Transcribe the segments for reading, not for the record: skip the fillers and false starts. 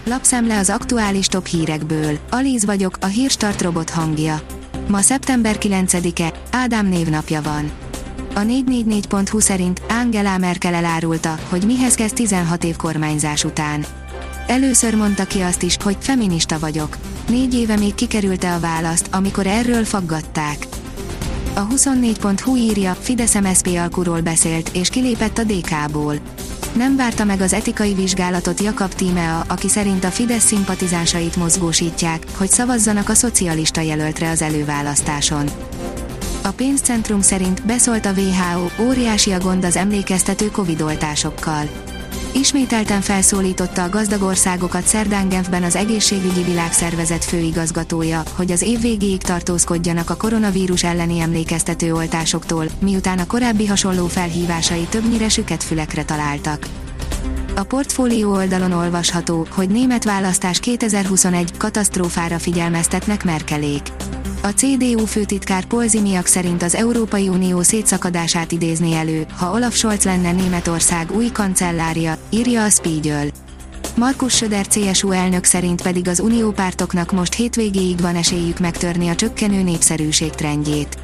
Lapszemle az aktuális top hírekből. Alíz vagyok, a Hírstart robot hangja. Ma szeptember 9-e, Ádám névnapja van. A 444.hu szerint Angela Merkel elárulta, hogy mihez kezd 16 év kormányzás után. Először mondta ki azt is, hogy feminista vagyok. 4 éve még kikerülte a választ, amikor erről faggatták. A 24.hu írja, Fidesz-MSZP alkuról beszélt, és kilépett a DK-ból. Nem várta meg az etikai vizsgálatot Jakab Tímea, aki szerint a Fidesz szimpatizánsait mozgósítják, hogy szavazzanak a szocialista jelöltre az előválasztáson. A pénzcentrum szerint beszólt a WHO, óriási a gond az emlékeztető Covid-oltásokkal. Ismételten felszólította a gazdag országokat szerdán Genfben az Egészségügyi Világszervezet főigazgatója, hogy az év végéig tartózkodjanak a koronavírus elleni emlékeztető oltásoktól, miután a korábbi hasonló felhívásai többnyire süket fülekre találtak. A portfólió oldalon olvasható, hogy német választás 2021 katasztrófára figyelmeztetnek Merkelék. A CDU főtitkár Paul Ziemiak szerint az Európai Unió szétszakadását idézné elő, ha Olaf Scholz lenne Németország új kancellárja, írja a Spiegel. Markus Söder CSU elnök szerint pedig az uniópártoknak most hétvégéig van esélyük megtörni a csökkenő népszerűség trendjét.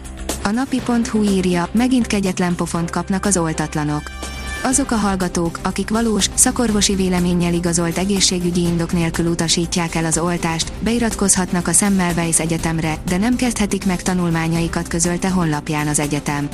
A napi.hu írja, megint kegyetlen pofont kapnak az oltatlanok. Azok a hallgatók, akik valós, szakorvosi véleménnyel igazolt egészségügyi indok nélkül utasítják el az oltást, beiratkozhatnak a Semmelweis Egyetemre, de nem kezdhetik meg tanulmányaikat, közölte honlapján az egyetem.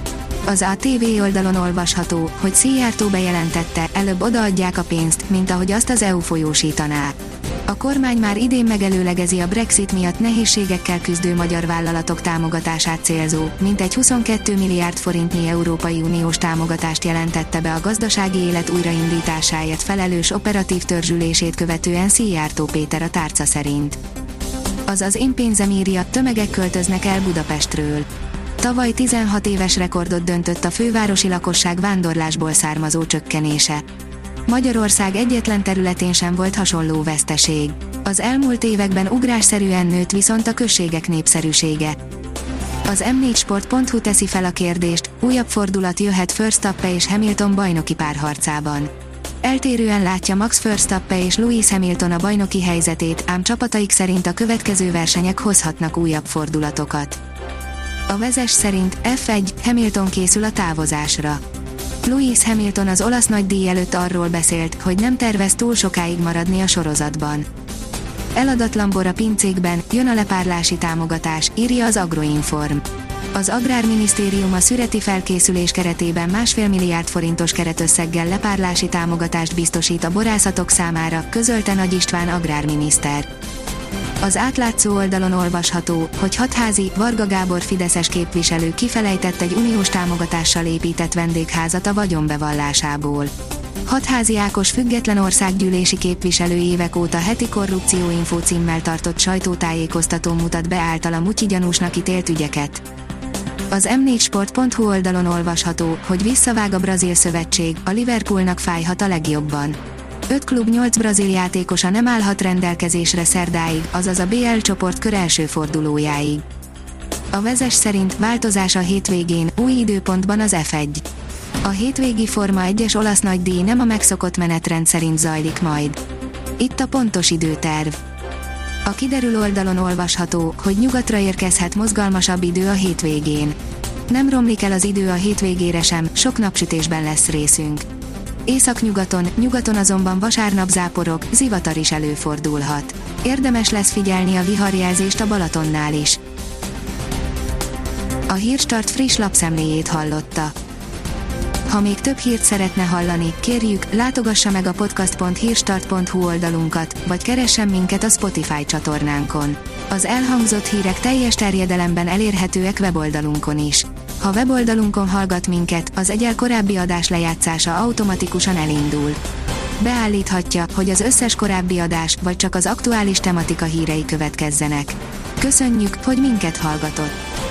Az ATV oldalon olvasható, hogy Szijjártó bejelentette, előbb odaadják a pénzt, mint ahogy azt az EU folyósítaná. A kormány már idén megelőlegezi a Brexit miatt nehézségekkel küzdő magyar vállalatok támogatását célzó, mintegy 22 milliárd forintnyi Európai Uniós támogatást jelentette be a gazdasági élet újraindításáért felelős operatív törzsülését követően Szijjártó Péter a tárca szerint. Az Én pénzem írja, tömegek költöznek el Budapestről. Tavaly 16 éves rekordot döntött a fővárosi lakosság vándorlásból származó csökkenése. Magyarország egyetlen területén sem volt hasonló veszteség. Az elmúlt években ugrásszerűen nőtt viszont a községek népszerűsége. Az M4sport.hu teszi fel a kérdést, újabb fordulat jöhet Verstappen és Hamilton bajnoki párharcában. Eltérően látja Max Verstappen és Lewis Hamilton a bajnoki helyzetét, ám csapataik szerint a következő versenyek hozhatnak újabb fordulatokat. A Vezes szerint F1, Hamilton készül a távozásra. Lewis Hamilton az olasz nagydíj előtt arról beszélt, hogy nem tervez túl sokáig maradni a sorozatban. Eladatlan bor a pincékben, jön a lepárlási támogatás, írja az Agroinform. Az Agrárminisztérium a szüreti felkészülés keretében 1,5 milliárd forintos keretösszeggel lepárlási támogatást biztosít a borászatok számára, közölte Nagy István agrárminiszter. Az átlátszó oldalon olvasható, hogy Hatházi, Varga Gábor fideszes képviselő kifelejtett egy uniós támogatással épített vendégházat a vagyonbevallásából. Hatházi Ákos független országgyűlési képviselő évek óta heti korrupcióinfó címmel tartott sajtótájékoztatón mutat be általa mutyigyanúsnak ítélt ügyeket. Az m4sport.hu oldalon olvasható, hogy visszavág a brazil szövetség, a Liverpoolnak fájhat a legjobban. 5 klub 8 brazil játékosa nem állhat rendelkezésre szerdáig, azaz a BL csoportkör első fordulójáig. A Vezes szerint változás a hétvégén, új időpontban az F1. A hétvégi Forma 1-es olasz nagydíj nem a megszokott menetrend szerint zajlik majd. Itt a pontos időterv. A kiderül oldalon olvasható, hogy nyugatra érkezhet mozgalmasabb idő a hétvégén. Nem romlik el az idő a hétvégére sem, sok napsütésben lesz részünk. Északnyugaton, nyugaton azonban vasárnap záporok, zivatar is előfordulhat. Érdemes lesz figyelni a viharjelzést a Balatonnál is. A Hírstart friss lapszemléjét hallotta. Ha még több hírt szeretne hallani, kérjük, látogassa meg a podcast.hírstart.hu oldalunkat, vagy keressen minket a Spotify csatornánkon. Az elhangzott hírek teljes terjedelemben elérhetőek weboldalunkon is. Ha weboldalunkon hallgat minket, az egyel korábbi adás lejátszása automatikusan elindul. Beállíthatja, hogy az összes korábbi adás, vagy csak az aktuális tematika hírei következzenek. Köszönjük, hogy minket hallgatott!